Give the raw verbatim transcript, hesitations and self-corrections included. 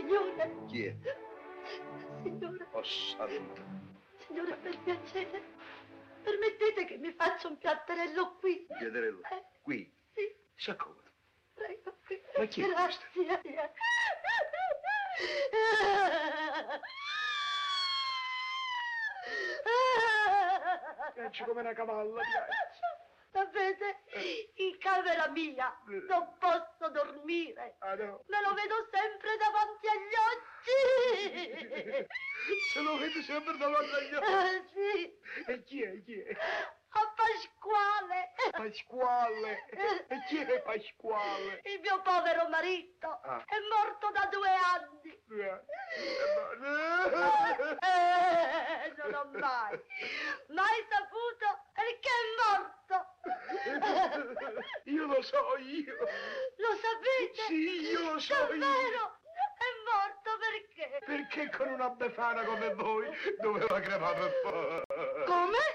Signore. Chi è? Signore. Oh, santo. Signore, per piacere, permettete che mi faccia un piatterello qui. Un piatterello? Eh? Qui? Sì. Si accomodi. Prego, qui. Ma chi è Grazie. Piangi come una cavalla, piangi. Sapete, in camera mia non posso dormire. Ah, no? Me lo vedo sempre davanti agli occhi. Se lo vedo sempre davanti agli occhi. Eh, sì. E chi è, chi è? A Pasquale. Pasquale. E chi è Pasquale? Il mio povero marito Ah. è morto da due anni. Eh, non ho mai, mai saputo perché è morto. Io lo so, io. Lo sapete? Sì, io lo so, Davvero? io. È morto perché? Perché con una befana come voi doveva crepare per forza. Come?